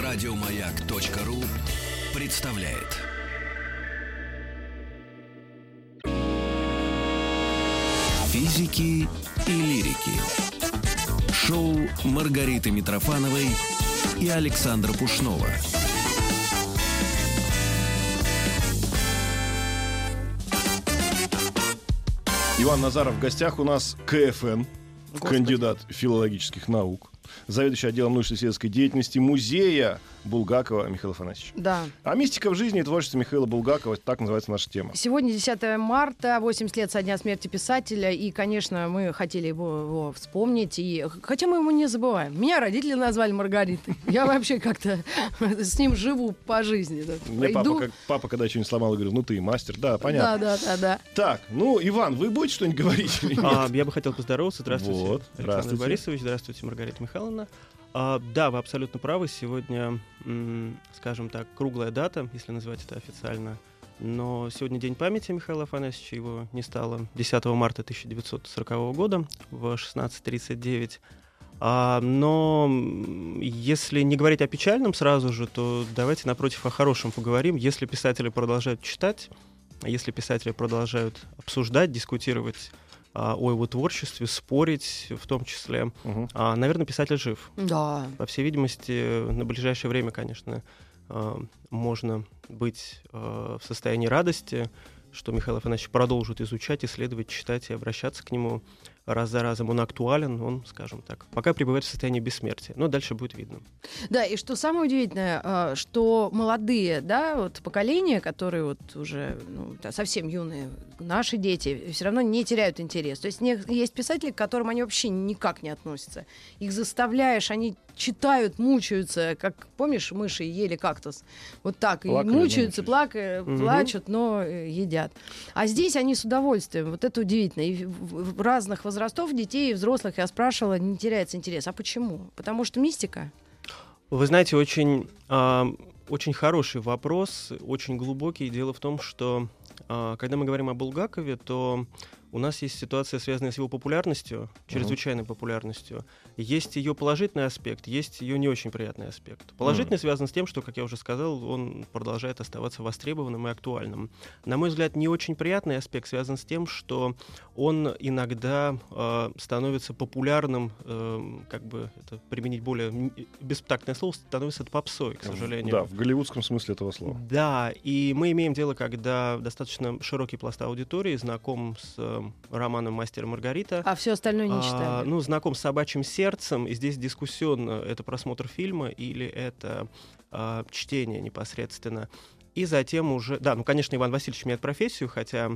Радиомаяк.ру представляет. Физики и лирики. Шоу Маргариты Митрофановой и Александра Пушнова. Иван Назаров в гостях у нас, КФН, кандидат филологических наук, заведующий отделом научно-исследовательской деятельности музея Булгакова Михаил Афанасьевич. Да. А мистика в жизни и творчество Михаила Булгакова, так называется наша тема. Сегодня 10 марта, 80 лет со дня смерти писателя, и, конечно, мы хотели его вспомнить, хотя мы его не забываем. Меня родители назвали Маргаритой. Я вообще как-то с ним живу по жизни. Мне папа, когда что-нибудь сломал, говорил, ну ты и мастер. Да, понятно. Да. Так, ну, Иван, вы будете что-нибудь говорить или нет? Я бы хотел поздороваться. Здравствуйте, Вот, Александр здравствуйте. Борисович. Здравствуйте, Маргарита Михайловна. Да, вы абсолютно правы. Сегодня, скажем так, круглая дата, если называть это официально. Но сегодня день памяти Михаила Афанасьевича, его не стало 10 марта 1940 года в 16:39. Но если не говорить о печальном сразу же, то давайте, напротив, о хорошем поговорим. Если писатели продолжают читать, если писатели продолжают обсуждать, дискутировать о его творчестве, спорить в том числе, наверное, писатель жив. Да. По всей видимости, на ближайшее время, конечно, можно быть в состоянии радости, что Михаил Афанасьевич продолжит изучать, исследовать, читать и обращаться к нему раз за разом. Он актуален, он, скажем так, пока пребывает в состоянии бессмертия. Но дальше будет видно. Да, и что самое удивительное, что молодые, да, вот поколения, которые вот уже совсем юные, наши дети, все равно не теряют интерес. То есть есть писатели, к которым они вообще никак не относятся. Их заставляешь, они читают, мучаются, как, помнишь, мыши ели кактус. Вот так, Плакали, и мучаются, плачут, но едят. А здесь они с удовольствием. Вот это удивительно. И в разных возрастов детей и взрослых я спрашивала, не теряется интерес. А почему? Потому что мистика? Вы знаете, очень хороший вопрос, очень глубокий. Дело в том, что когда мы говорим о Булгакове, то у нас есть ситуация, связанная с его популярностью, чрезвычайной популярностью. Есть ее положительный аспект, есть ее не очень приятный аспект. Положительный связан с тем, что, как я уже сказал, он продолжает оставаться востребованным и актуальным. На мой взгляд, не очень приятный аспект связан с тем, что он иногда становится популярным, как бы это применить более бестактное слово, становится попсой, к сожалению. Да, в голливудском смысле этого слова. Да, и мы имеем дело, когда достаточно широкий пласт аудитории знаком с романом «Мастер и Маргарита». А все остальное не читали. Знаком с «Собачьим сердцем», и здесь дискуссионно, это просмотр фильма или это чтение непосредственно. И затем уже... Да, конечно, Иван Васильевич меняет профессию, хотя...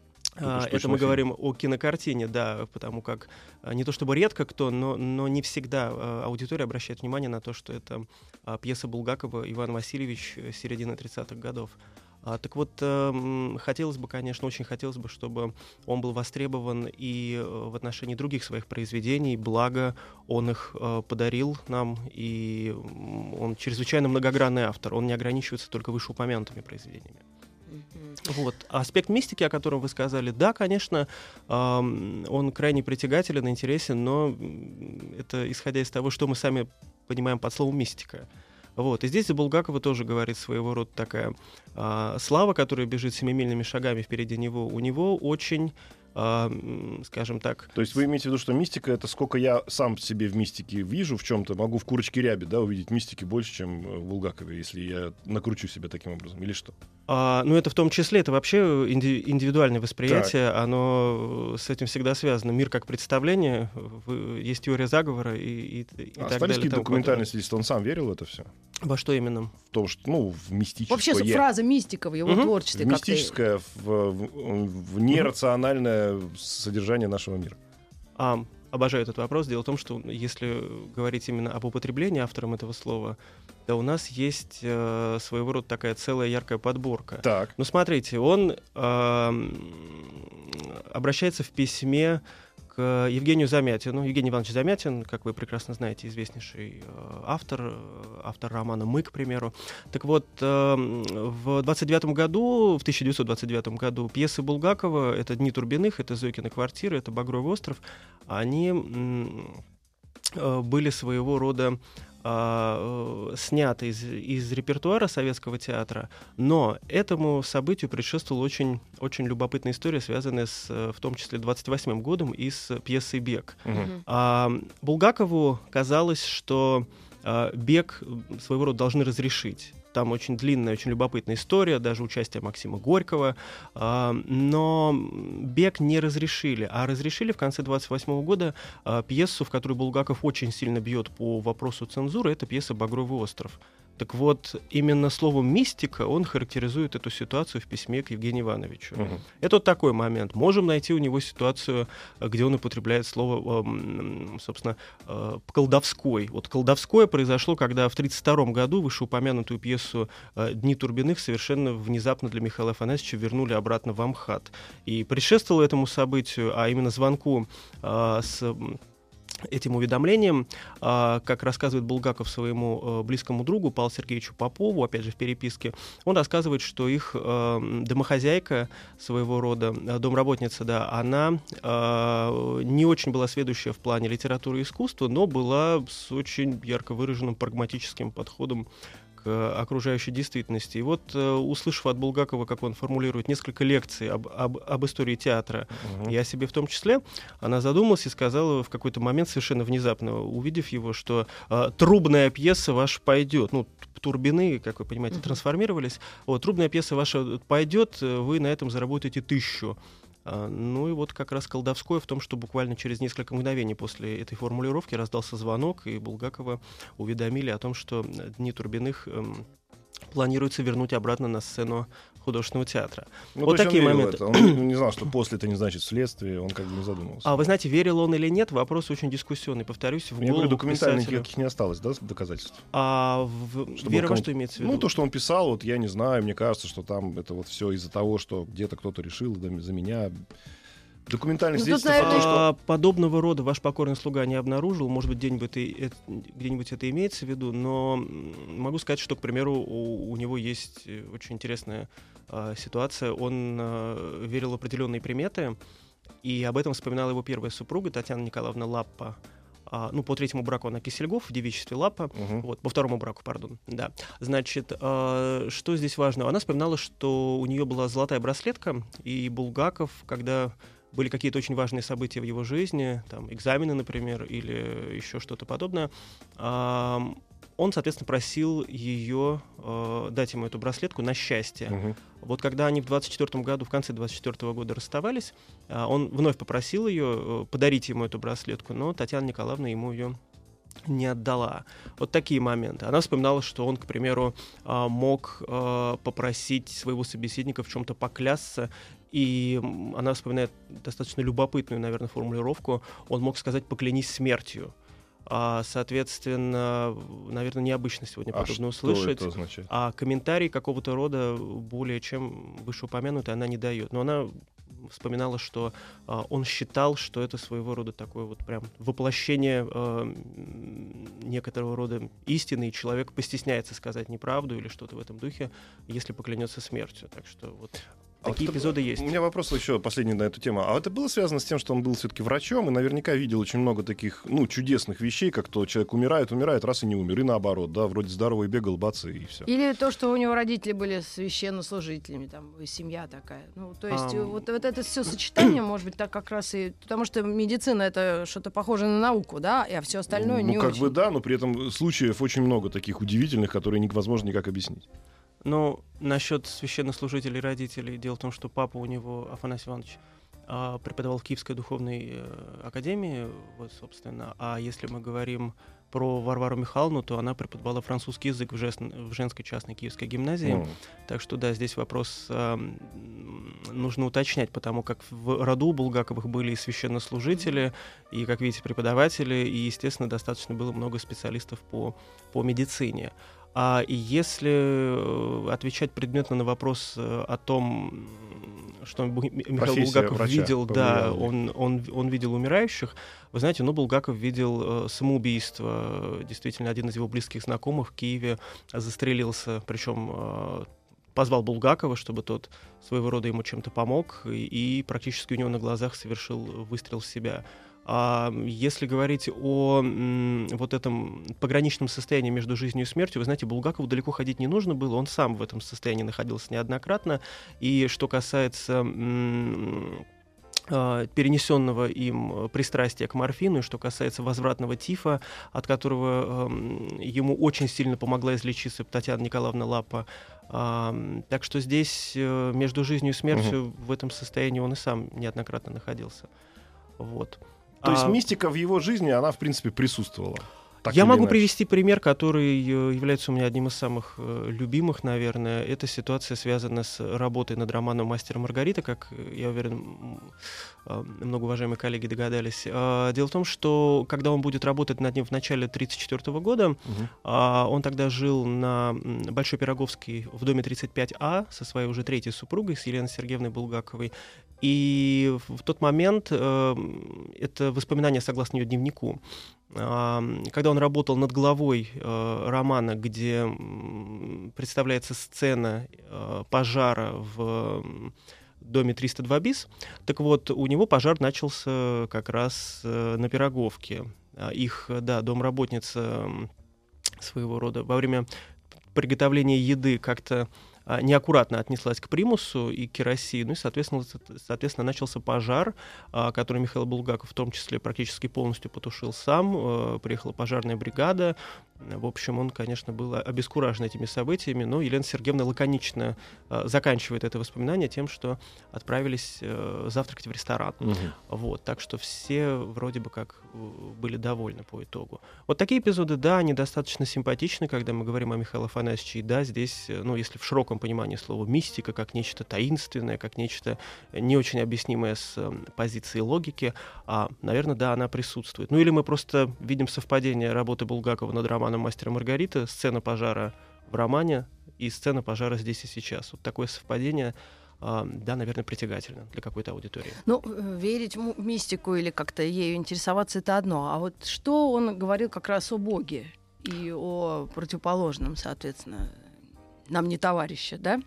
Это мы говорим о кинокартине, да, потому как не то чтобы редко кто, но не всегда аудитория обращает внимание на то, что это пьеса Булгакова «Иван Васильевич» середины 30-х годов. Так вот, хотелось бы, конечно, очень хотелось бы, чтобы он был востребован и в отношении других своих произведений, благо он их подарил нам, и он чрезвычайно многогранный автор, он не ограничивается только вышеупомянутыми произведениями. Вот. Аспект мистики, о котором вы сказали, да, конечно, он крайне притягателен, интересен, но это исходя из того, что мы сами понимаем под словом «мистика». Вот. И здесь Булгакова тоже говорит своего рода такая слава, которая бежит семимильными шагами впереди него. У него очень, скажем так... То есть вы имеете в виду, что мистика — это сколько я сам себе в мистике вижу в чем-то, могу в «Курочке Рябе», да, увидеть мистики больше, чем в Булгакове, если я накручу себя таким образом, или что? Это в том числе, это вообще индивидуальное восприятие, оно с этим всегда связано. Мир как представление, есть теория заговора и так далее. Остались какие-то документальные свидетельства, он сам верил в это все? Во что именно? В том, что, в мистическое. Вообще фраза «мистика» в его творчестве. В мистическое, в нерациональное содержание нашего мира. Обожаю этот вопрос. Дело в том, что если говорить именно об употреблении автором этого слова, то у нас есть своего рода такая целая яркая подборка. Так. Ну, смотрите, он обращается в письме к Евгению Замятину. Евгений Иванович Замятин, как вы прекрасно знаете, известнейший автор романа «Мы», к примеру. Так вот, в 1929 году пьесы Булгакова, это «Дни Турбиных», это «Зойкины квартиры», это «Багровый остров», они были своего рода снят из репертуара советского театра, но этому событию предшествовала очень, очень любопытная история, связанная в том числе 28-м годом и с пьесой «Бег». Булгакову казалось, что «Бег» своего рода должны разрешить. Там очень длинная, очень любопытная история, даже участие Максима Горького. Но «Бег» не разрешили. А разрешили в конце 1928 года пьесу, в которой Булгаков очень сильно бьет по вопросу цензуры. Это пьеса «Багровый остров». Так вот, именно словом «мистика» он характеризует эту ситуацию в письме к Евгению Ивановичу. Это вот такой момент. Можем найти у него ситуацию, где он употребляет слово, собственно, «колдовской». Вот «колдовское» произошло, когда в 1932 году вышеупомянутую пьесу «Дни Турбиных» совершенно внезапно для Михаила Афанасьевича вернули обратно в Амхат. И предшествовало этому событию, а именно звонку с этим уведомлением, как рассказывает Булгаков своему близкому другу Павлу Сергеевичу Попову, опять же в переписке, он рассказывает, что их домохозяйка своего рода, домработница, да, она не очень была сведущая в плане литературы и искусства, но была с очень ярко выраженным прагматическим подходом к окружающей действительности. И вот, услышав от Булгакова, как он формулирует несколько лекций об истории театра, и о себе в том числе, она задумалась и сказала в какой-то момент совершенно внезапно, увидев его, что трубная пьеса ваша пойдет. Ну, Турбины, как вы понимаете, трансформировались. Вот, трубная пьеса ваша пойдет, вы на этом заработаете 1000. Ну и вот как раз колдовское в том, что буквально через несколько мгновений после этой формулировки раздался звонок, и Булгакова уведомили о том, что «Дни Турбиных» планируется вернуть обратно на сцену художественного театра. Ну, вот такие моменты. Он не знал, что после это не значит следствие, он как бы не задумывался. А вы знаете, верил он или нет, вопрос очень дискуссионный. Повторюсь, в голову документальных никаких не осталось, да, доказательств? Вера во что имеется в виду? Ну, то, что он писал, вот я не знаю, мне кажется, что там это вот все из-за того, что где-то кто-то решил за меня. Документальных свидетельств о том, что... Подобного рода ваш покорный слуга не обнаружил. Может быть, где-нибудь это имеется в виду, но могу сказать, что, к примеру, у него есть очень интересная ситуация. Он верил в определенные приметы, и об этом вспоминала его первая супруга Татьяна Николаевна Лаппа. По 3-му браку она Кисельгоф, в девичестве Лаппа. Вот, по 2-му браку, пардон. Да. Значит, что здесь важно? Она вспоминала, что у нее была золотая браслетка, и Булгаков, когда были какие-то очень важные события в его жизни, там, экзамены, например, или еще что-то подобное, он, соответственно, просил ее дать ему эту браслетку на счастье. Вот когда они в 24-м году, в конце 24-го года расставались, он вновь попросил ее подарить ему эту браслетку, но Татьяна Николаевна ему ее не отдала. Вот такие моменты. Она вспоминала, что он, к примеру, мог попросить своего собеседника в чем-то поклясться, и она вспоминает достаточно любопытную, наверное, формулировку. Он мог сказать «поклянись смертью». Соответственно, наверное, необычно сегодня подобное услышать. Что это означает? А комментарий какого-то рода более чем вышеупомянутый она не дает. Но она вспоминала, что он считал, что это своего рода такое вот прям воплощение некоторого рода истины, и человек постесняется сказать неправду или что-то в этом духе, если поклянется смертью. Так что вот такие эпизоды есть. У меня вопрос еще последний на эту тему. А это было связано с тем, что он был все-таки врачом и наверняка видел очень много таких, чудесных вещей, как то человек умирает, раз и не умер, и наоборот, да, вроде здоровый бегал, бац, и все. Или то, что у него родители были священнослужителями, там, семья такая. То есть вот это все сочетание, может быть, так как раз и... Потому что медицина — это что-то похожее на науку, да, а все остальное не очень. Бы да, но при этом случаев очень много таких удивительных, которые невозможно никак объяснить. Ну, насчет священнослужителей родителей. Дело в том, что папа у него, Афанасий Иванович, преподавал в Киевской духовной академии, вот, собственно. А если мы говорим про Варвару Михайловну, то она преподавала французский язык в женской частной киевской гимназии. Так что, да, здесь вопрос нужно уточнять, потому как в роду Булгаковых были и священнослужители, и, как видите, преподаватели, и, естественно, достаточно было много специалистов по медицине. И если отвечать предметно на вопрос о том, что Михаил Булгаков видел, да, он видел умирающих, вы знаете, Булгаков видел самоубийство. Действительно, один из его близких знакомых в Киеве застрелился, причем позвал Булгакова, чтобы тот своего рода ему чем-то помог, и практически у него на глазах совершил выстрел в себя. Если говорить о вот этом пограничном состоянии между жизнью и смертью, вы знаете, Булгакову далеко ходить не нужно было, он сам в этом состоянии находился неоднократно. И что касается перенесенного им пристрастия к морфину, и что касается возвратного тифа, от которого ему очень сильно помогла излечиться Татьяна Николаевна Лапа. Так что здесь между жизнью и смертью в этом состоянии он и сам неоднократно находился. Вот. То есть мистика в его жизни, она, в принципе, присутствовала? Я могу привести пример, который является у меня одним из самых любимых, наверное. Эта ситуация связана с работой над романом «Мастер и Маргарита», как, я уверен, многоуважаемые коллеги догадались. Дело в том, что когда он будет работать над ним в начале 1934 года, он тогда жил на Большой Пироговской в доме 35А со своей уже третьей супругой, с Еленой Сергеевной Булгаковой. И в тот момент, это воспоминания согласно ее дневнику, когда он работал над главой романа, где представляется сцена пожара в доме 302 БИС, так вот, у него пожар начался как раз на Пироговке. Их, домработница своего рода во время приготовления еды как-то неаккуратно отнеслась к примусу и керосину, и, соответственно, начался пожар, который Михаил Булгаков в том числе практически полностью потушил сам. Приехала пожарная бригада. В общем, он, конечно, был обескуражен этими событиями, но Елена Сергеевна лаконично заканчивает это воспоминание тем, что отправились завтракать в ресторан. Вот, так что все вроде бы как были довольны по итогу. Вот такие эпизоды, да, они достаточно симпатичны, когда мы говорим о Михаиле Афанасьевиче. И да, здесь, если в широком понимании слова мистика, как нечто таинственное, как нечто не очень объяснимое с позиции логики, наверное, да, она присутствует. Ну или мы просто видим совпадение работы Булгакова над романом «Мастер и Маргарита», сцена пожара в романе и сцена пожара здесь и сейчас. Вот такое совпадение, да, наверное, притягательно для какой-то аудитории. Ну, верить в мистику или как-то ею интересоваться — это одно. А вот что он говорил как раз о Боге и о противоположном, соответственно, нам не товарища, да?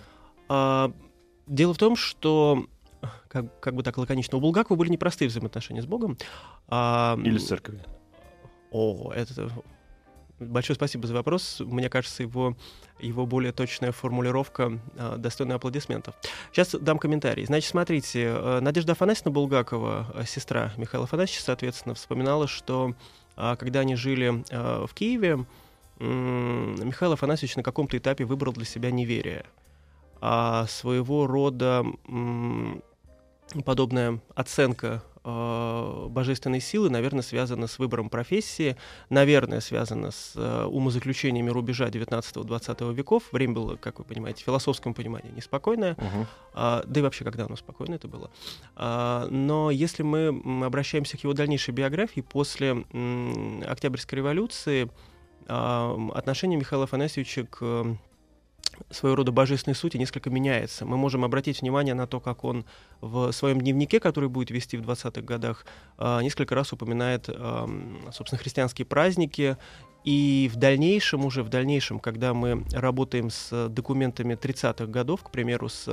Дело в том, что, как бы так лаконично, у Булгакова были непростые взаимоотношения с Богом. Или с церковью. Это... Большое спасибо за вопрос. Мне кажется, его более точная формулировка достойна аплодисментов. Сейчас дам комментарий. Значит, смотрите, Надежда Афанасьевна Булгакова, сестра Михаила Афанасьевича, соответственно, вспоминала, что когда они жили в Киеве, Михаил Афанасьевич на каком-то этапе выбрал для себя неверие. Своего рода подобная оценка божественной силы, наверное, связана с выбором профессии, наверное, связана с умозаключениями рубежа 19-20 веков. Время было, как вы понимаете, в философском понимании неспокойное, да и вообще, когда оно спокойно это было. Но если мы обращаемся к его дальнейшей биографии, после Октябрьской революции отношение Михаила Афанасьевича к своего рода божественной сути несколько меняется. Мы можем обратить внимание на то, как он в своем дневнике, который будет вести в 20-х годах, несколько раз упоминает, собственно, христианские праздники. И в дальнейшем, когда мы работаем с документами 30-х годов, к примеру, с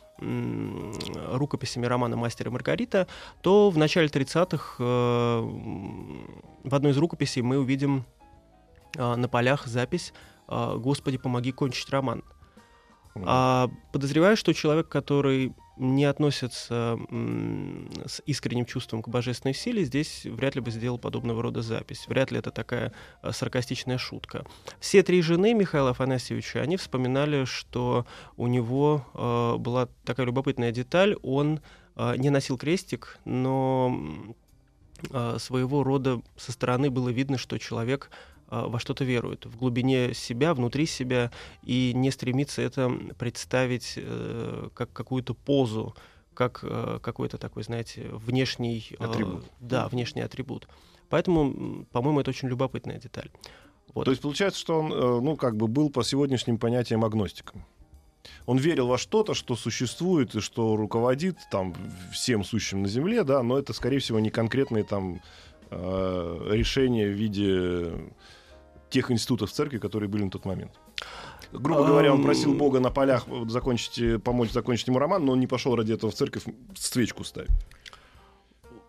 рукописями романа «Мастер и Маргарита», то в начале 30-х в одной из рукописей мы увидим на полях запись «Господи, помоги кончить роман». Подозреваю, что человек, который не относится с искренним чувством к божественной силе, здесь вряд ли бы сделал подобного рода запись. Вряд ли это такая саркастичная шутка. Все три жены Михаила Афанасьевича, они вспоминали, что у него была такая любопытная деталь. Он не носил крестик, но своего рода со стороны было видно, что человек во что-то верует, в глубине себя, внутри себя, и не стремится это представить как какую-то позу, как какой-то такой, знаете, внешний атрибут. Внешний атрибут. Поэтому, по-моему, это очень любопытная деталь. Вот. То есть получается, что он, был по сегодняшним понятиям агностиком. Он верил во что-то, что существует и что руководит там всем сущим на земле, да, но это, скорее всего, не конкретные там решения в виде тех институтов церкви, которые были на тот момент. Грубо говоря, он просил Бога на полях помочь закончить ему роман, но он не пошел ради этого в церковь свечку ставить.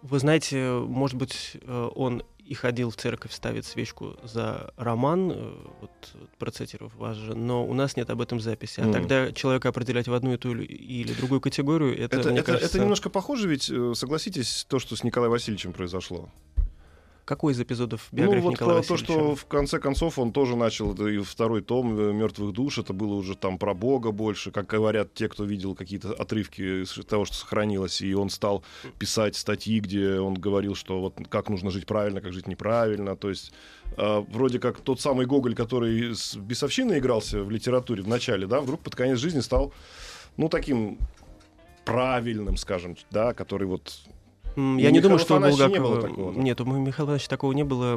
Вы знаете, может быть, он и ходил в церковь ставить свечку за роман, вот процитировав вас же, но у нас нет об этом записи. А тогда человека определять в одну и ту или другую категорию, мне кажется... Это немножко похоже, ведь, согласитесь, то, что с Николаем Васильевичем произошло. Какой из эпизодов биографии Николая Васильевича? То, что в конце концов он тоже начал, и второй том «Мертвых душ», это было уже там про Бога больше, как говорят те, кто видел какие-то отрывки из того, что сохранилось, и он стал писать статьи, где он говорил, что вот как нужно жить правильно, как жить неправильно, то есть вроде как тот самый Гоголь, который с бесовщиной игрался в литературе в начале, да, вдруг под конец жизни стал, ну, таким правильным, скажем, да, который вот... Я не думаю, что у Булгакова... Нет, у Михаила Афанасьевича такого не было.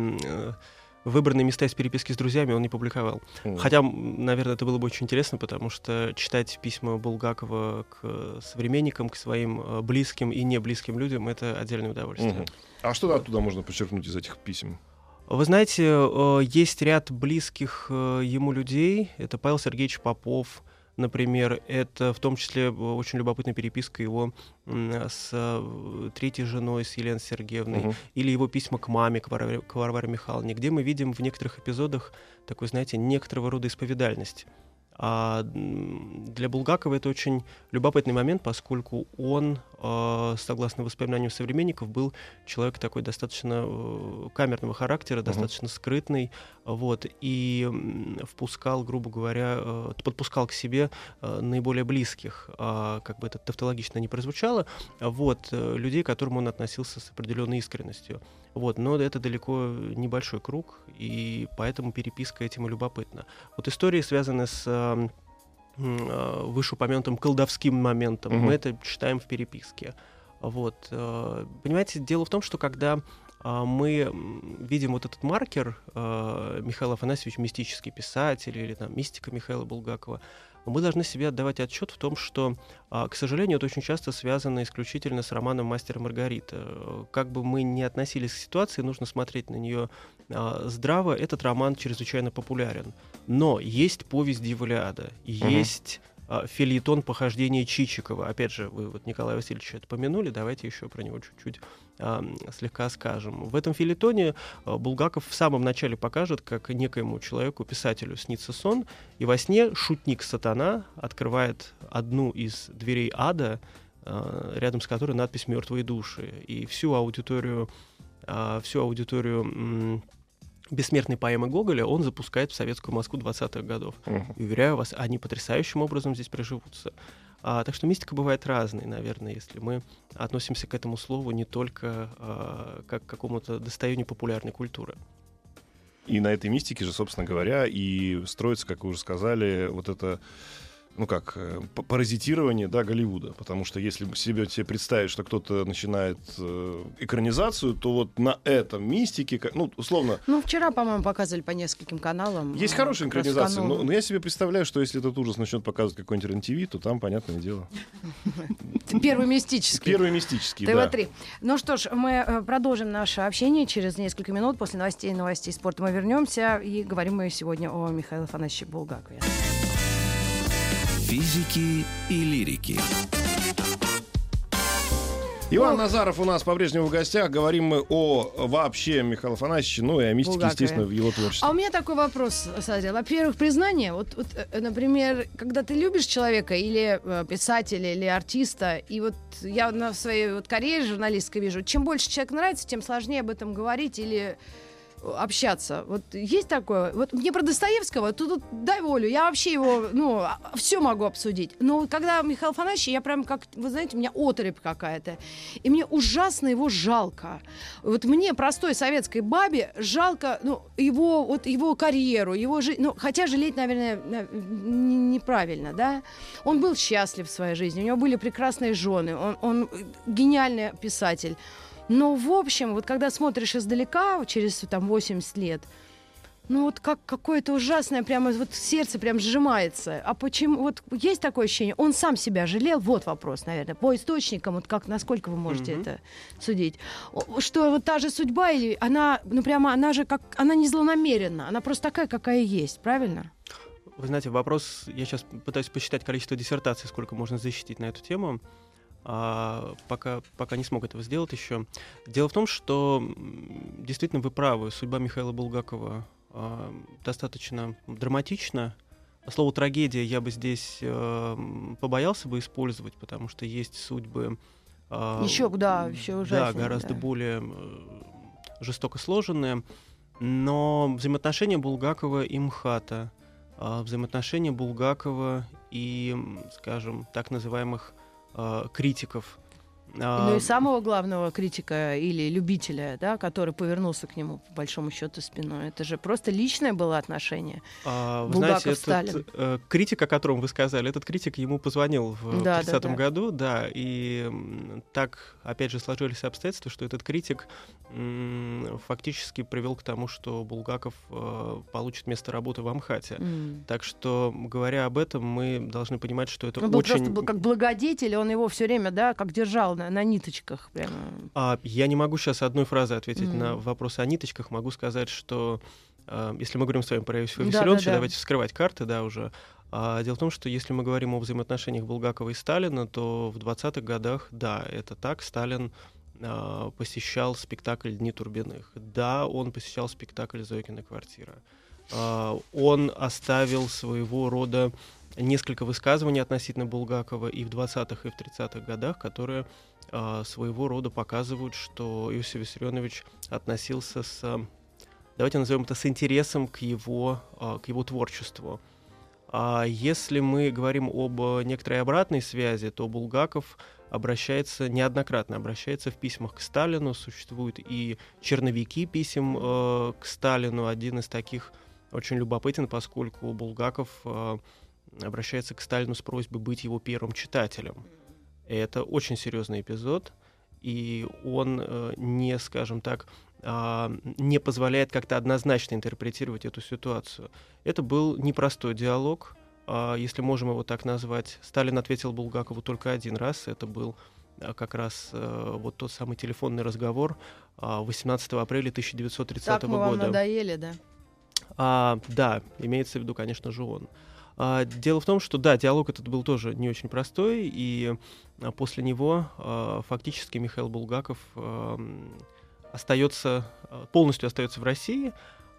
Выбранные места из переписки с друзьями он не публиковал. Хотя, наверное, это было бы очень интересно, потому что читать письма Булгакова к современникам, к своим близким и не близким людям — это отдельное удовольствие. А что оттуда можно подчеркнуть из этих писем? Вы знаете, есть ряд близких ему людей. Это Павел Сергеевич Попов, например, это в том числе очень любопытная переписка его с третьей женой, с Еленой Сергеевной, или его письма к маме, к Варваре Михайловне, где мы видим в некоторых эпизодах такой, знаете, некоторого рода исповедальность. А для Булгакова это очень любопытный момент, поскольку он, согласно воспоминаниям современников, был человек такой достаточно камерного характера, достаточно скрытный, вот, и впускал, грубо говоря, подпускал к себе наиболее близких, как бы это тавтологично не прозвучало, вот, людей, к которым он относился с определенной искренностью. Вот, но это далеко небольшой круг, и поэтому переписка этим и любопытна. Вот истории, связанные с вышеупомянутым колдовским моментом, мы это читаем в переписке. Вот. Понимаете, дело в том, что когда мы видим вот этот маркер Михаил Афанасьевич, мистический писатель, или там мистика Михаила Булгакова, мы должны себе отдавать отчет в том, что, к сожалению, это очень часто связано исключительно с романом «Мастер и Маргарита». Как бы мы ни относились к ситуации, нужно смотреть на нее здраво. Этот роман чрезвычайно популярен. Но есть повесть «Дьяволиада», есть фельетон «Похождения Чичикова». Опять же, вы вот Николая Васильевича это помянули, давайте еще про него чуть-чуть слегка скажем. В этом фельетоне Булгаков в самом начале покажет, как некоему человеку, писателю, снится сон, и во сне шутник-сатана открывает одну из дверей ада, рядом с которой надпись «Мертвые души», и всю аудиторию бессмертной поэмы Гоголя он запускает в советскую Москву 20-х годов. И, уверяю вас, они потрясающим образом здесь приживутся. Так что мистика бывает разной, наверное, если мы относимся к этому слову не только как к какому-то достоянию популярной культуры. И на этой мистике же, собственно говоря, и строится, как вы уже сказали, вот это, ну как, паразитирование, да, Голливуда. Потому что если себе представить, что кто-то начинает экранизацию, то вот на этом мистике, ну, условно... Ну, вчера, по-моему, показывали по нескольким каналам. Есть хорошие экранизации, но я себе представляю, что если этот ужас начнет показывать какой-нибудь РЕН-ТВ, то там, понятное дело... Первый мистический. Первый мистический, да. ТВ-3. Ну что ж, мы продолжим наше общение через несколько минут. После новостей спорта мы вернемся. И говорим мы сегодня о Михаиле Афанасьевиче Булгакове. Физики и лирики. Иван Назаров у нас по-прежнему в гостях. Говорим мы о вообще Михаиле Афанасьевиче, ну и о мистике, Булгакове. естественно, в его творчестве. А у меня такой вопрос, Садя. Во-первых, признание. Вот, например, когда ты любишь человека или писателя, или артиста, и вот я на своей вот карьере журналистской вижу, чем больше человек нравится, тем сложнее об этом говорить или общаться. Вот есть такое? Вот мне про Достоевского, тут дай волю, я вообще его, ну, все могу обсудить. Но когда Михаил Афанасьевич, я прям как, вы знаете, у меня оторопь какая-то. И мне ужасно его жалко. Вот мне, простой советской бабе, жалко, ну, его карьеру, его жизнь. Ну, хотя жалеть, наверное, неправильно, да? Он был счастлив в своей жизни, у него были прекрасные жены, он гениальный писатель. Но, в общем, вот когда смотришь издалека, через там 80 лет, ну вот как какое-то ужасное, прямо вот сердце прям сжимается. А почему? Вот есть такое ощущение? Он сам себя жалел? Вот вопрос, наверное. По источникам, вот как, насколько вы можете это судить? Что вот та же судьба, или она, ну прямо, она же как, она не злонамеренна, она просто такая, какая есть, правильно? Вы знаете, вопрос, я сейчас пытаюсь посчитать количество диссертаций, сколько можно защитить на эту тему. пока не смог этого сделать еще. Дело в том, что действительно вы правы, судьба Михаила Булгакова достаточно драматична. Слово «трагедия» я бы здесь побоялся бы использовать, потому что есть судьбы еще ужаснее. Да, гораздо более жестоко сложенные. Но взаимоотношения Булгакова и МХАТа, взаимоотношения Булгакова и, скажем, так называемых критиков. Ну и самого главного критика или любителя, да, который повернулся к нему, по большому счету, спиной. Это же просто личное было отношение. Вы знаете, этот критик, о котором вы сказали, этот критик ему позвонил в 30-м году, да, и так, опять же, сложились обстоятельства, что этот критик фактически привел к тому, что Булгаков получит место работы в Амхате. Так что, говоря об этом, мы должны понимать, что это он очень... Он был просто как благодетель, он его все время, да, как держал на ниточках прямо. Я не могу сейчас одной фразой ответить на вопрос о ниточках. Могу сказать, что если мы говорим с вами про Иосифа Виссарионовича, давайте вскрывать карты, да, уже. Дело в том, что если мы говорим о взаимоотношениях Булгакова и Сталина, то в 20-х годах, да, это так, Сталин посещал спектакль «Дни Турбиных». Да, он посещал спектакль «Зойкина квартира». Он оставил своего рода несколько высказываний относительно Булгакова и в 20-х, и в 30-х годах, которые своего рода показывают, что Иосиф Виссарионович относился давайте назовем это, с интересом к его творчеству. Если мы говорим об некоторой обратной связи, то Булгаков неоднократно обращается в письмах к Сталину. Существуют и черновики писем к Сталину. Один из таких очень любопытен, поскольку Булгаков обращается к Сталину с просьбой быть его первым читателем. И это очень серьезный эпизод, и он не, скажем так, не позволяет как-то однозначно интерпретировать эту ситуацию. Это был непростой диалог, если можем его так назвать. Сталин ответил Булгакову только один раз. Это был как раз вот тот самый телефонный разговор 18 апреля 1930 года. Так мы вам надоели, да? Да, имеется в виду, конечно же, он. Дело в том, что, да, диалог этот был тоже не очень простой, и после него фактически Михаил Булгаков полностью остается в России,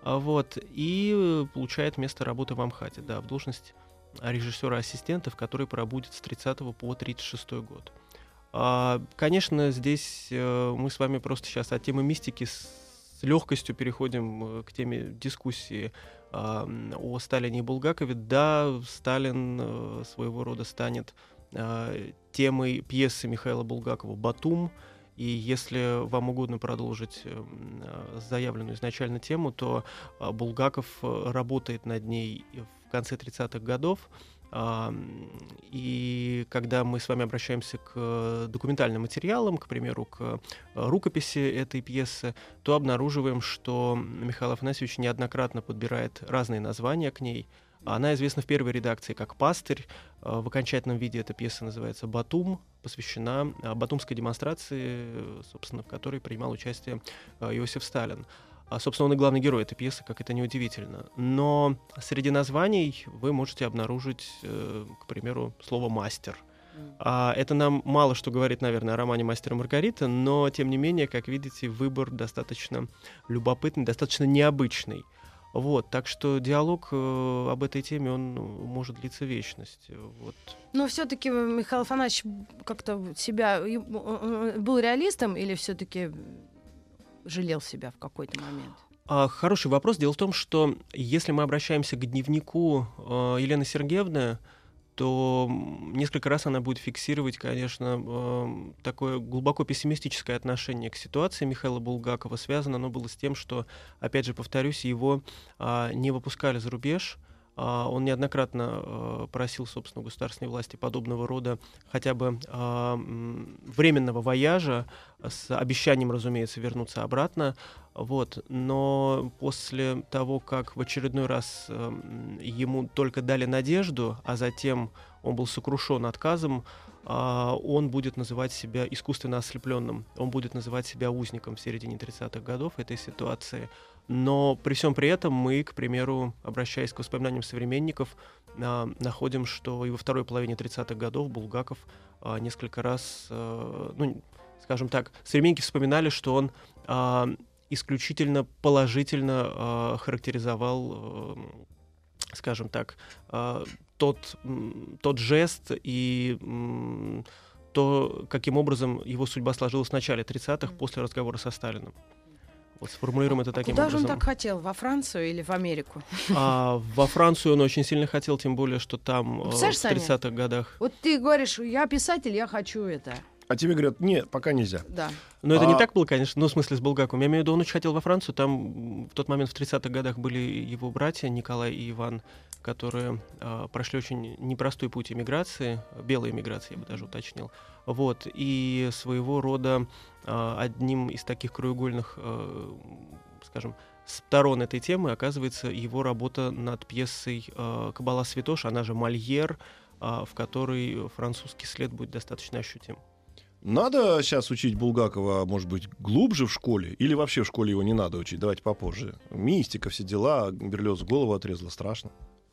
и получает место работы в Амхате, да, в должность режиссера-ассистента, в которой пробудет с 30 по 36 год. Конечно, здесь мы с вами просто сейчас от темы мистики с легкостью переходим к теме дискуссии о Сталине и Булгакове. Да, Сталин своего рода станет темой пьесы Михаила Булгакова «Батум». И если вам угодно продолжить заявленную изначально тему, то Булгаков работает над ней в конце 30-х годов. И когда мы с вами обращаемся к документальным материалам, к примеру, к рукописи этой пьесы, то обнаруживаем, что Михаил Афанасьевич неоднократно подбирает разные названия к ней. Она известна в первой редакции как «Пастырь». В окончательном виде эта пьеса называется «Батум», посвящена батумской демонстрации, собственно, в которой принимал участие Иосиф Сталин. Собственно, он и главный герой этой пьесы, как это ни удивительно. Но среди названий вы можете обнаружить, к примеру, слово «мастер». Это нам мало что говорит, наверное, о романе «Мастер и Маргарита», но, тем не менее, как видите, выбор достаточно любопытный, достаточно необычный. Так что диалог об этой теме, он может длиться вечность. Но все-таки Михаил Афанасьевич как-то себя был реалистом или все-таки жалел себя в какой-то момент? Хороший вопрос. Дело в том, что если мы обращаемся к дневнику Елены Сергеевны, то несколько раз она будет фиксировать, конечно, такое глубоко пессимистическое отношение к ситуации Михаила Булгакова. Связано оно было с тем, что, опять же, повторюсь, его не выпускали за рубеж. Он неоднократно просил, собственно, государственной власти подобного рода хотя бы временного вояжа с обещанием, разумеется, вернуться обратно. Но после того, как в очередной раз ему только дали надежду, а затем он был сокрушен отказом, он будет называть себя искусственно ослепленным, он будет называть себя узником в середине 30-х годов этой ситуации. Но при всем при этом мы, к примеру, обращаясь к воспоминаниям современников, находим, что и во второй половине 30-х годов Булгаков несколько раз, скажем так, современники вспоминали, что он исключительно положительно характеризовал, скажем так, тот жест и то, каким образом его судьба сложилась в начале 30-х после разговора со Сталиным. Вот сформулируем это таким Куда образом. же он так хотел? Во Францию или в Америку? Во Францию он очень сильно хотел, тем более, что там в 30-х годах... Вот ты говоришь, я писатель, я хочу это. А тебе говорят, нет, пока нельзя. Да. Но это не так было, конечно, ну, в смысле, с Булгаковым. Я имею в виду, он очень хотел во Францию. Там в тот момент, в 30-х годах, были его братья Николай и Иван, которые прошли очень непростой путь эмиграции, белой эмиграции, я бы даже уточнил. Вот. И своего рода одним из таких краеугольных, скажем, сторон этой темы оказывается его работа над пьесой «Кабала Святош», она же «Мольер», в которой французский след будет достаточно ощутим. Надо сейчас учить Булгакова, может быть, глубже в школе? Или вообще в школе его не надо учить? Давайте попозже. Мистика, все дела, Берлиоз голову отрезала, страшно.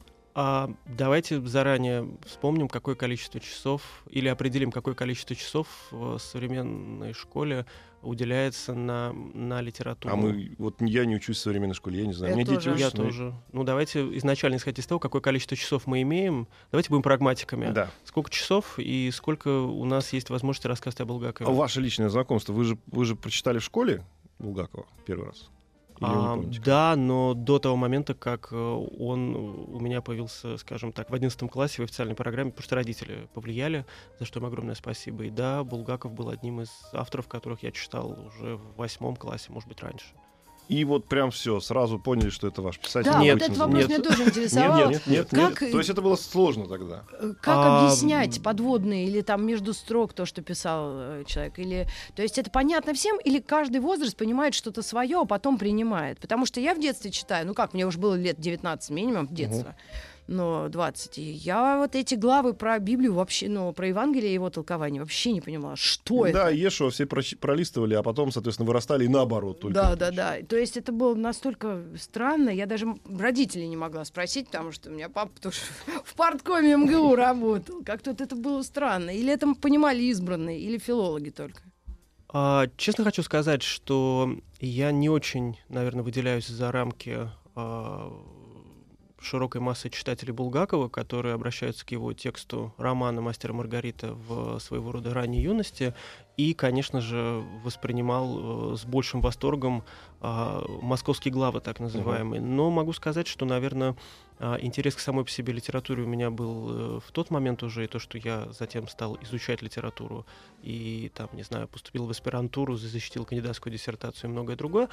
Давайте заранее вспомним, какое количество часов, или определим, какое количество часов в современной школе уделяется на литературу. Я не учусь в современной школе, я не знаю. Я тоже. Ну, давайте изначально исходить из того, какое количество часов мы имеем. Давайте будем прагматиками. Да. Сколько часов и сколько у нас есть возможности рассказать о Булгакове? Ваше личное знакомство, вы же прочитали в школе Булгакова первый раз? Да, но до того момента, как он у меня появился, скажем так, в 11 классе в официальной программе, потому что родители повлияли, за что им огромное спасибо. И да, Булгаков был одним из авторов, которых я читал уже в 8 классе, может быть, раньше. И вот прям все, сразу поняли, что это ваш писатель. Да, вот этот вопрос меня тоже интересовал. Нет. То есть это было сложно тогда? Как объяснять подводные или там между строк то, что писал человек? То есть это понятно всем, или каждый возраст понимает что-то свое, а потом принимает? Потому что я в детстве читаю, мне уже было лет 19 минимум в детстве. Но 20. И я вот эти главы про Библию вообще, про Евангелие и его толкование вообще не понимала, что это. Да, Иешуа все пролистывали, а потом, соответственно, вырастали и наоборот. Да. То есть это было настолько странно, я даже родителей не могла спросить, потому что у меня папа тоже в парткоме МГУ работал. Как-то это было странно. Или это понимали избранные, или филологи только. Честно хочу сказать, что я не очень, наверное, выделяюсь за рамки широкой массы читателей Булгакова, которые обращаются к его тексту романа «Мастер и Маргарита» в своего рода ранней юности, и, конечно же, воспринимал с большим восторгом московские главы, так называемые. Но могу сказать, что, наверное, интерес к самой по себе литературе у меня был в тот момент уже, и то, что я затем стал изучать литературу и, там, не знаю, поступил в аспирантуру, защитил кандидатскую диссертацию и многое другое,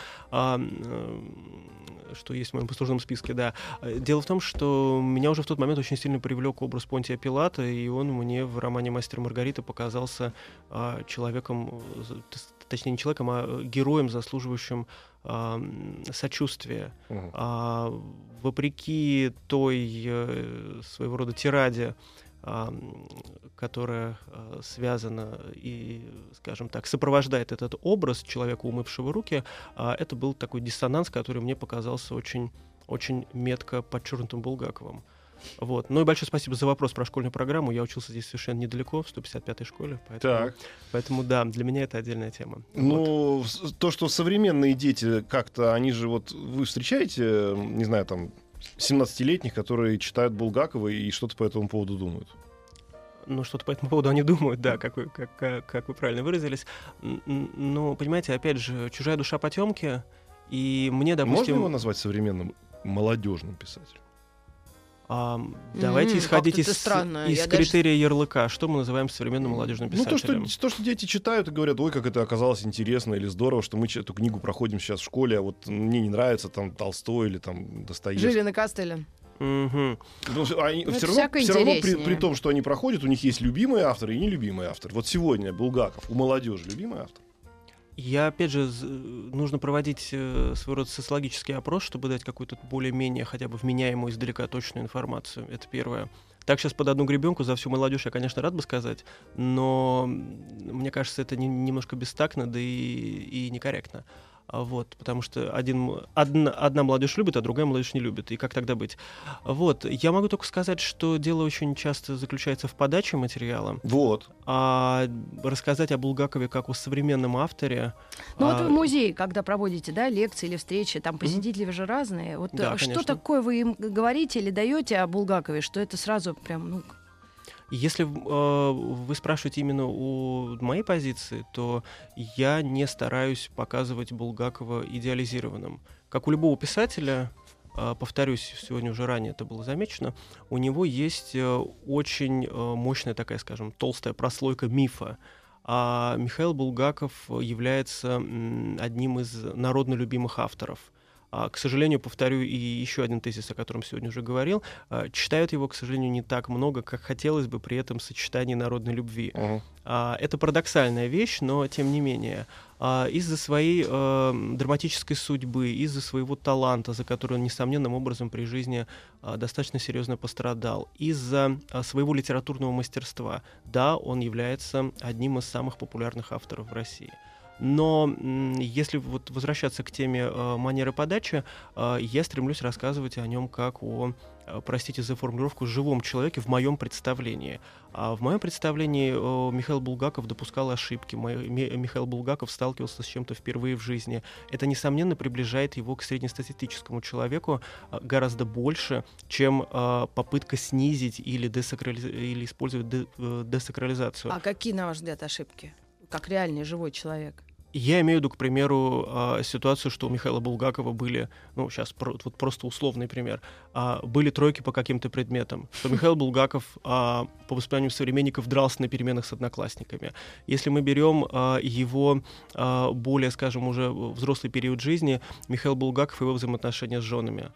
что есть в моем послужном списке, да. Дело в том, что меня уже в тот момент очень сильно привлек образ Понтия Пилата, и он мне в романе «Мастер и Маргарита» показался человеком, точнее, не человеком, а героем, заслуживающим сочувствия. Вопреки той своего рода тираде, которая связана и, скажем так, сопровождает этот образ человека, умывшего руки, это был такой диссонанс, который мне показался очень, очень метко подчеркнутым Булгаковым. Вот. Ну и большое спасибо за вопрос про школьную программу. Я учился здесь совершенно недалеко, в 155-й школе. Поэтому да, для меня это отдельная тема. Ну, то, что современные дети как-то, они же вы встречаете, не знаю, там, 17-летних, которые читают Булгакова и что-то по этому поводу думают? Ну, что-то по этому поводу они думают, да, как вы правильно выразились. Но, понимаете, опять же, «Чужая душа потемки», и мне, допустим... Можно его назвать современным молодежным писателем? Давайте исходить из критерия ярлыка. Что мы называем современным молодежным писателем? То, что дети читают и говорят, ой, как это оказалось интересно или здорово, что мы эту книгу проходим сейчас в школе, а вот мне не нравится там Толстой или там Достоевский. Жилин и Костылин. Но все равно при том, что они проходят, у них есть любимые авторы и нелюбимые авторы. Вот сегодня Булгаков у молодежи любимый автор? Опять же, нужно проводить своего рода социологический опрос, чтобы дать какую-то более-менее хотя бы вменяемую издалека точную информацию. Это первое. Так сейчас под одну гребенку за всю молодежь я, конечно, рад бы сказать, но мне кажется, это немножко бестактно, да и некорректно. Вот, потому что одна молодежь любит, а другая молодежь не любит. И как тогда быть? Вот, я могу только сказать, что дело очень часто заключается в подаче материала. Вот. А рассказать о Булгакове как о современном авторе... Ну вот вы в музее, когда проводите, да, лекции или встречи, там посетители же разные. Вот Да, что конечно. такое вы им говорите или даете о Булгакове, что это сразу прям, ну... Если вы спрашиваете именно у моей позиции, то я не стараюсь показывать Булгакова идеализированным. Как у любого писателя, повторюсь, сегодня уже ранее это было замечено, у него есть очень мощная такая, скажем, толстая прослойка мифа. А Михаил Булгаков является одним из народно любимых авторов. К сожалению, повторю и еще один тезис, о котором сегодня уже говорил, читают его, к сожалению, не так много, как хотелось бы при этом сочетании народной любви. Это парадоксальная вещь, но тем не менее. Из-за своей драматической судьбы, из-за своего таланта, за который он несомненным образом при жизни достаточно серьезно пострадал, из-за своего литературного мастерства, да, он является одним из самых популярных авторов в России. Но если вот возвращаться к теме манеры подачи, я стремлюсь рассказывать о нем как о, простите за формулировку, живом человеке в моем представлении. А в моем представлении Михаил Булгаков допускал ошибки, Михаил Булгаков сталкивался с чем-то впервые в жизни. Это, несомненно, приближает его к среднестатистическому человеку гораздо больше, чем попытка снизить или использовать десакрализацию. А какие, на ваш взгляд, ошибки? Как реальный живой человек? Я имею в виду, к примеру, ситуацию, что у Михаила Булгакова были, ну, сейчас вот просто условный пример, были тройки по каким-то предметам, что Михаил Булгаков, по воспоминаниям современников, дрался на переменах с одноклассниками. Если мы берем его более, скажем, уже взрослый период жизни, Михаил Булгаков и его взаимоотношения с женами.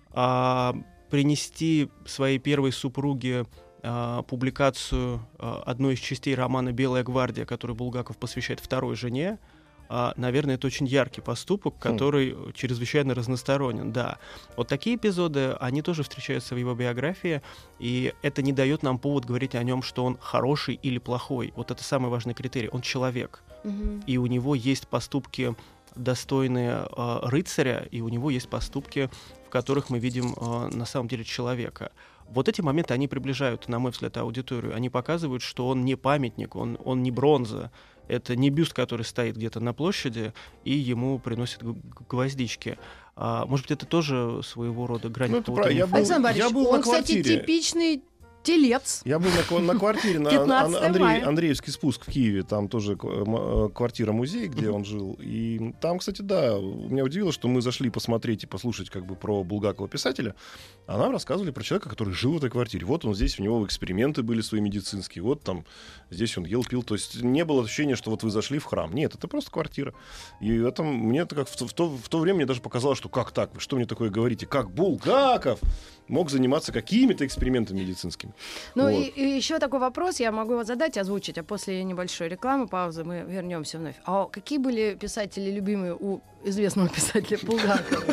Принести своей первой супруге публикацию одной из частей романа «Белая гвардия», который Булгаков посвящает второй жене, наверное, это очень яркий поступок, который чрезвычайно разносторонен. Да. Вот такие эпизоды, они тоже встречаются в его биографии, и это не дает нам повод говорить о нем, что он хороший или плохой. Вот это самый важный критерий. Он человек. И у него есть поступки, достойные рыцаря, и у него есть поступки, в которых мы видим на самом деле человека. Вот эти моменты, они приближают, на мой взгляд, аудиторию. Они показывают, что он не памятник, он не бронза. Это не бюст, который стоит где-то на площади, и ему приносят гвоздички. Может быть, это тоже своего рода грань какого-то мифа? Александр Борисович, он, кстати, типичный телец. Я был на квартире на Андреевский спуск в Киеве. Там тоже квартира-музей, где он жил. И там, кстати, да, меня удивило, что мы зашли посмотреть и послушать как бы про Булгакова писателя. А нам рассказывали про человека, который жил в этой квартире. Вот он здесь, у него эксперименты были свои медицинские. Вот там, здесь он ел, пил. То есть не было ощущения, что вот вы зашли в храм. Нет, это просто квартира. И это мне это как в то время мне даже показалось, что как так? Вы что мне такое говорите? Как Булгаков мог заниматься какими-то экспериментами медицинскими? Ну вот. и еще такой вопрос, я могу его задать, озвучить, а после небольшой рекламы, паузы, мы вернемся вновь. А какие были писатели любимые у известного писателя Булгакова?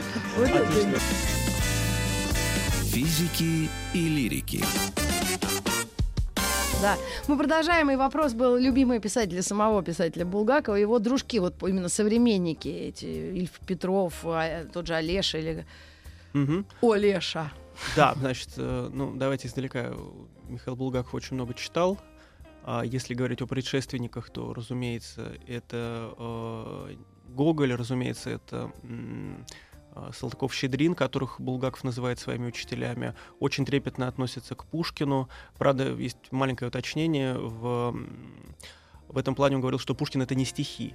Физики и лирики. Да, мы продолжаем, и вопрос был любимые писатели самого писателя Булгакова, его дружки, вот именно современники, эти Ильф Петров, тот же Олеша или Олеша. Да, значит, ну, давайте издалека. Михаил Булгаков очень много читал. Если говорить о предшественниках, то, разумеется, это Гоголь, разумеется, это Салтыков-Щедрин, которых Булгаков называет своими учителями. Очень трепетно относится к Пушкину. Правда, есть маленькое уточнение. В этом плане он говорил, что Пушкин — это не стихи.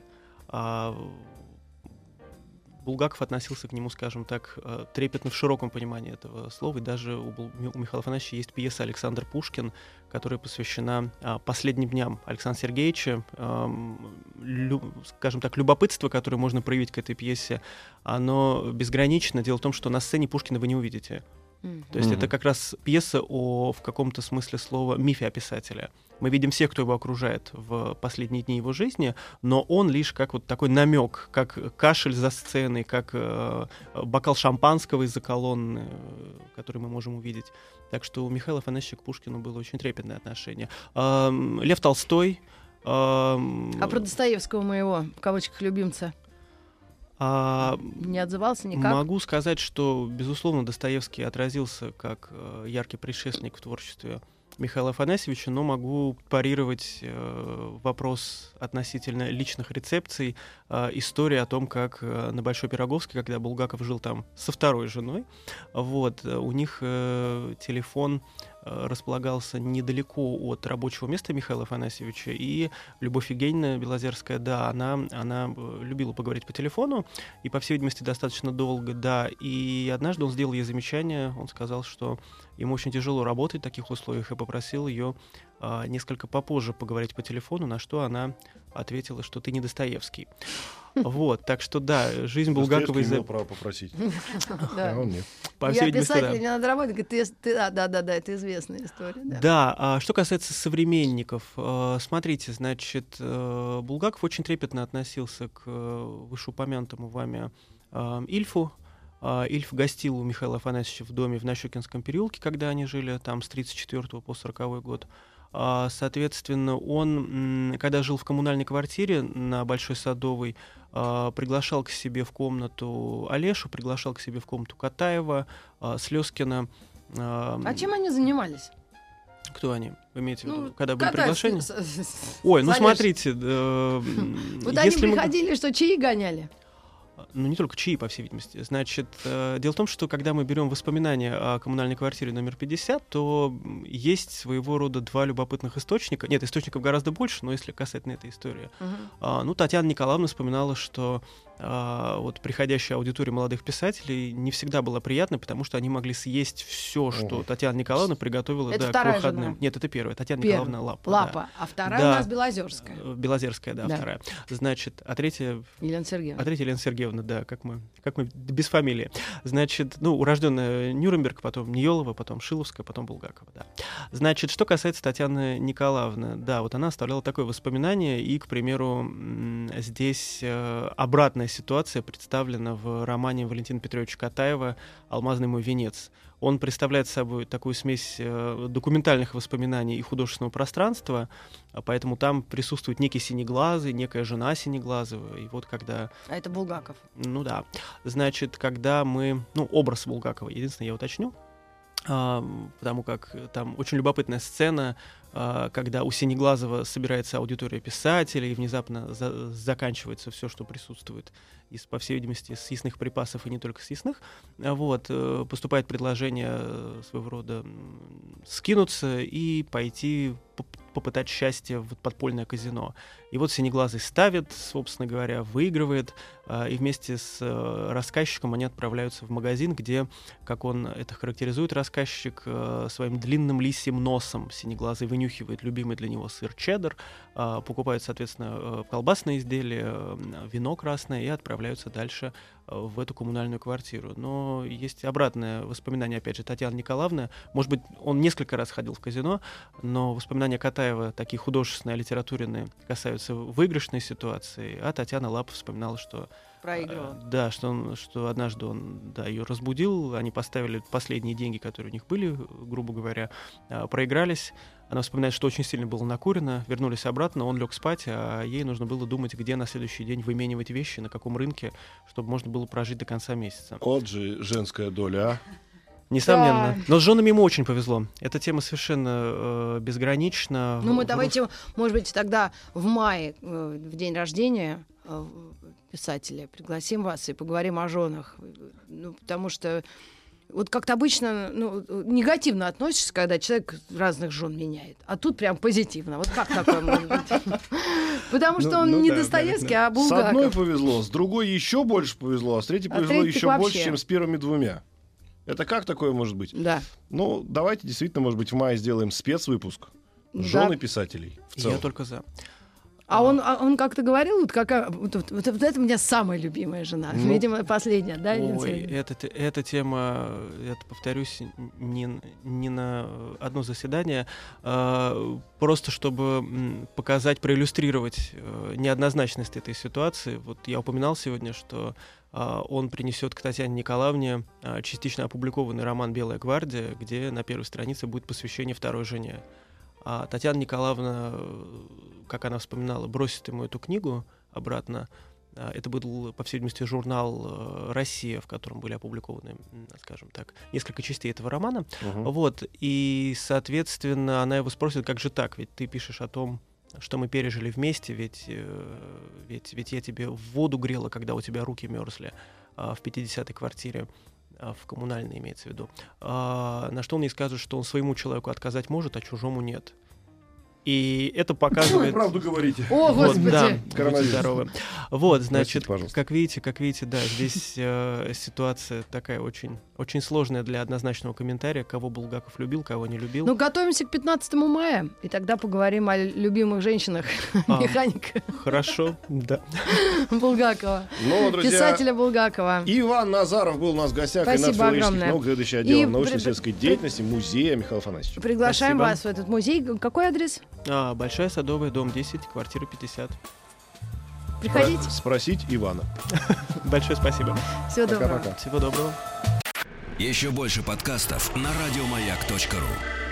Булгаков относился к нему, скажем так, трепетно в широком понимании этого слова. И даже у Михаила Афанасьевича есть пьеса «Александр Пушкин», которая посвящена последним дням Александра Сергеевича. Скажем так, любопытство, которое можно проявить к этой пьесе, оно безгранично. Дело в том, что на сцене Пушкина вы не увидите. То есть это как раз пьеса в каком-то смысле слова мифе о писателе. Мы видим всех, кто его окружает в последние дни его жизни, но он лишь как вот такой намек, как кашель за сценой, как бокал шампанского из-за колонны, который мы можем увидеть. Так что у Михаила Афанасьевича к Пушкину было очень трепетное отношение. Лев Толстой. А про Достоевского моего, в кавычках, любимца? Не отзывался никак? Могу сказать, что, безусловно, Достоевский отразился как яркий предшественник в творчестве Михаила Афанасьевича, но могу парировать вопрос относительно личных рецепций. История о том, как на Большой Пироговской, когда Булгаков жил там со второй женой, у них телефон располагался недалеко от рабочего места Михаила Афанасьевича, и Любовь Евгеньевна Белозерская, да, она любила поговорить по телефону, и, по всей видимости, достаточно долго, да, и однажды он сделал ей замечание, он сказал, что ему очень тяжело работать в таких условиях, и попросил ее несколько попозже поговорить по телефону, на что она ответила, что ты не Достоевский. Так что да, жизнь Булгакова... Достоевский имел право попросить. А он нет. Я писатель, мне надо работать. Да, это известная история. Да, что касается современников, смотрите, значит, Булгаков очень трепетно относился к вышеупомянутому вами Ильфу. Ильф гостил у Михаила Афанасьевича в доме в Нащекинском переулке, когда они жили там с 1934 по 1940 год. Соответственно, он, когда жил в коммунальной квартире на Большой Садовой, приглашал к себе в комнату Олешу, приглашал к себе в комнату Катаева, Слезкина. А чем они занимались? Кто они? Вы имеете в виду, когда были приглашения? Ой, ну смотрите. Вот они приходили, что чаи гоняли? Ну, не только чаи, по всей видимости. Значит, дело в том, что когда мы берем воспоминания о коммунальной квартире номер 50, то есть своего рода два любопытных источника. Нет, источников гораздо больше, но если касательно этой истории. Татьяна Николаевна вспоминала, что приходящая аудитория молодых писателей не всегда была приятной, потому что они могли съесть все, что Татьяна Николаевна приготовила к выходным. Жена. Нет, это первая. Татьяна Николаевна Лапа. Да. А вторая у нас Белозерская. Белозерская, да, вторая. Значит, а третья... Елена Сергеевна, да, как мы без фамилии. Значит, урожденная Нюрнберг, потом Ниелова, потом Шиловская, потом Булгакова, да. Значит, что касается Татьяны Николаевны, да, она оставляла такое воспоминание, и, к примеру, здесь обратная ситуация представлена в романе Валентина Петровича Катаева «Алмазный мой венец». Он представляет собой такую смесь документальных воспоминаний и художественного пространства, поэтому там присутствует некий Синеглазый, некая жена Синеглазого. И когда... А это Булгаков. Ну да. Значит, когда мы... образ Булгакова, единственное, я уточню, потому как там очень любопытная сцена, когда у Синеглазого собирается аудитория писателей, и внезапно заканчивается все, что присутствует, по всей видимости, с съестных припасов, и не только с съестных. Поступает предложение своего рода скинуться и пойти попытать счастье в подпольное казино. И Синеглазый ставит, собственно говоря, выигрывает, и вместе с рассказчиком они отправляются в магазин, где, как он это характеризует, рассказчик своим длинным лисьим носом Синеглазый вынюхивает любимый для него сыр чеддер, покупают, соответственно, колбасные изделия, вино красное и отправляются дальше в эту коммунальную квартиру. Но есть обратное воспоминание, опять же, Татьяны Николаевны. Может быть, он несколько раз ходил в казино, но воспоминания Катаева, такие художественные, литературные, касаются выигрышной ситуации, а Татьяна Лапа вспоминала, что проигрывал. Да, что однажды он ее разбудил, они поставили последние деньги, которые у них были, грубо говоря, проигрались. Она вспоминает, что очень сильно было накурено, вернулись обратно, он лег спать, а ей нужно было думать, где на следующий день выменивать вещи, на каком рынке, чтобы можно было прожить до конца месяца. Вот же женская доля, а? Несомненно. Да. Но с женами ему очень повезло. Эта тема совершенно безгранична. Давайте, может быть, тогда в мае, в день рождения писателя, пригласим вас и поговорим о женах. Потому что как-то обычно негативно относишься, когда человек разных жен меняет. А тут прям позитивно. Как такое может быть? Потому что он не Достоевский, а Булгаков. С одной повезло, с другой еще больше повезло, а с третьей повезло еще больше, чем с первыми двумя. Это как такое может быть? Да. Давайте действительно, может быть, в мае сделаем спецвыпуск. Жены писателей в целом. Я только за. А он как-то говорил, вот это у меня самая любимая жена. Видимо, последняя, да? Ой, эта тема, я повторюсь, не на одно заседание, просто чтобы показать, проиллюстрировать неоднозначность этой ситуации. Вот я упоминал сегодня, что он принесет к Татьяне Николаевне частично опубликованный роман «Белая гвардия», где на первой странице будет посвящение второй жене. А Татьяна Николаевна, как она вспоминала, бросит ему эту книгу обратно. Это был, по всей видимости, журнал «Россия», в котором были опубликованы, скажем так, несколько частей этого романа. Вот. И, соответственно, она его спросит, как же так? Ведь ты пишешь о том, что мы пережили вместе, ведь я тебе в воду грела, когда у тебя руки мерзли в 50-й квартире. В коммунальной имеется в виду. На что он ей скажет, что он своему человеку отказать может, а чужому нет. И это показывает... Вы правду говорите. О, Господи! Да, будьте здоровы. Вот, значит, простите, как видите, да, здесь ситуация такая очень, очень сложная для однозначного комментария, кого Булгаков любил, кого не любил. Ну, готовимся к 15 мая, и тогда поговорим о любимых женщинах механика. Хорошо, да. Булгакова. Ну, друзья, Писателя Булгакова. Иван Назаров был у нас в гостях. Спасибо и наш огромное. наук, заведующий отделом И научно-исследовательской деятельности музея Михаил Афанасьевич. Приглашаем Спасибо. вас в этот музей. Какой адрес? Большая Садовая, дом 10, квартира 50. Приходите. Спросить Ивана. Большое спасибо. Всего доброго. Пока-пока. Всего доброго. Еще больше подкастов на радиомаяк.ру.